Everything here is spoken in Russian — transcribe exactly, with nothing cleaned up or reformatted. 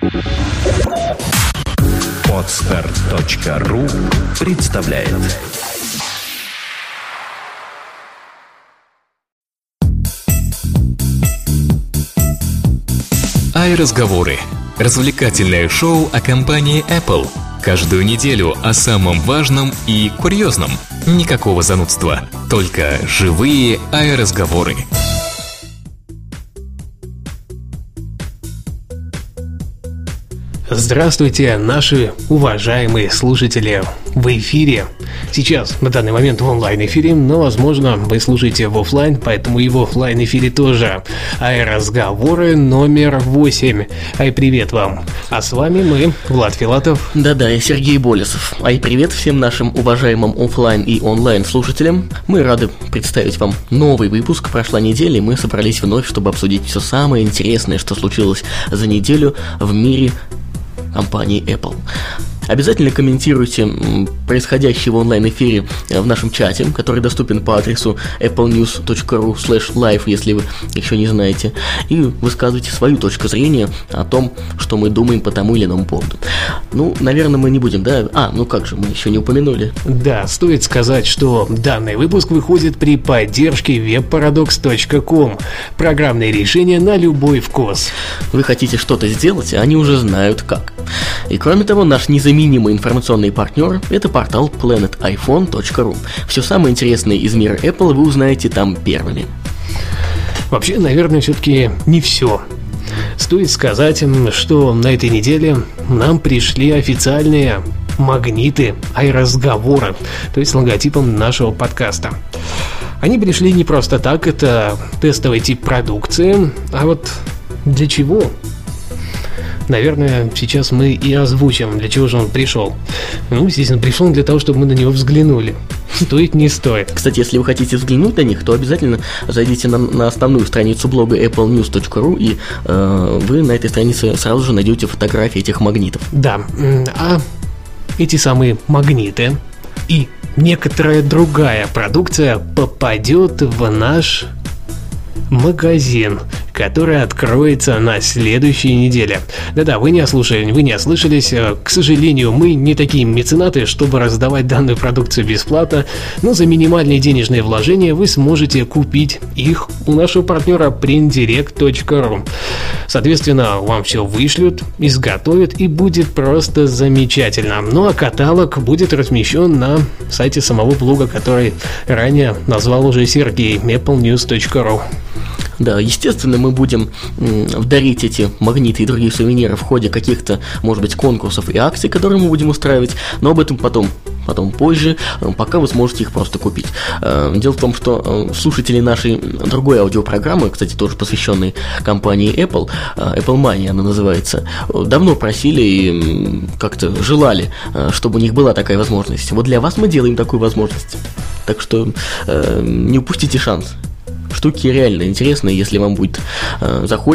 Подстер точка ру представляет. iRazговоры. Развлекательное шоу о компании Apple. Каждую неделю о самом важном и курьезном. Никакого занудства, только живые iRazговоры. Здравствуйте, наши уважаемые слушатели! В эфире. Сейчас, на данный момент, в онлайн-эфире, но, возможно, вы слушаете в офлайн, поэтому и в офлайн-эфире тоже. iRazговоры номер восемь. Ай, привет вам! А с вами мы, Влад Филатов. Да-да, и Сергей Болесов. Ай, привет всем нашим уважаемым офлайн и онлайн слушателям. Мы рады представить вам новый выпуск. Прошла неделя, и мы собрались вновь, чтобы обсудить все самое интересное, что случилось за неделю в мире компании Apple. Обязательно комментируйте происходящее в онлайн-эфире в нашем чате, который доступен по адресу apple news точка ru слэш лайв, если вы еще не знаете, и высказывайте свою точку зрения о том, что мы думаем по тому или иному поводу. Ну, наверное, мы не будем, да? А, ну как же, мы еще не упомянули. Да, стоит сказать, что данный выпуск выходит при поддержке веб парадокс точка ком. Программное решение на любой вкус. Вы хотите что-то сделать, а они уже знают как. И кроме того, наш незаменимый информационный партнер – это портал планет айфон точка ру. Все самое интересное из мира Apple вы узнаете там первыми. Вообще, наверное, все-таки не все. Стоит сказать, что на этой неделе нам пришли официальные магниты iRazговоры, то есть с логотипом нашего подкаста. Они пришли не просто так, это тестовый тип продукции, а вот для чего? Наверное, сейчас мы и озвучим, для чего же он пришел. Ну, естественно, пришел для того, чтобы мы на него взглянули. Стоит, не стоит. Кстати, если вы хотите взглянуть на них, то обязательно зайдите на, на основную страницу блога apple news точка ru, и э, вы на этой странице сразу же найдете фотографии этих магнитов. Да, а эти самые магниты и некоторая другая продукция попадет в наш магазин, который откроется на следующей неделе. Да-да, вы не ослушали, вы не ослышались. К сожалению, мы не такие меценаты, чтобы раздавать данную продукцию бесплатно, но за минимальные денежные вложения вы сможете купить их у нашего партнера принт директ точка ру. Соответственно, вам все вышлют, изготовят, и будет просто замечательно. Ну а каталог будет размещен на сайте самого блога, который ранее назвал уже Сергей, apple news точка ру. Да, естественно, мы будем м, дарить эти магниты и другие сувениры в ходе каких-то, может быть, конкурсов и акций, которые мы будем устраивать, но об этом потом, потом позже, пока вы сможете их просто купить. Дело в том, что слушатели нашей другой аудиопрограммы, кстати, тоже посвященной компании Apple, Apple Mania она называется, давно просили и как-то желали, чтобы у них была такая возможность. Вот для вас мы делаем такую возможность, так что э, не упустите шанс. Штуки реально интересные, если вам будет э, захочется.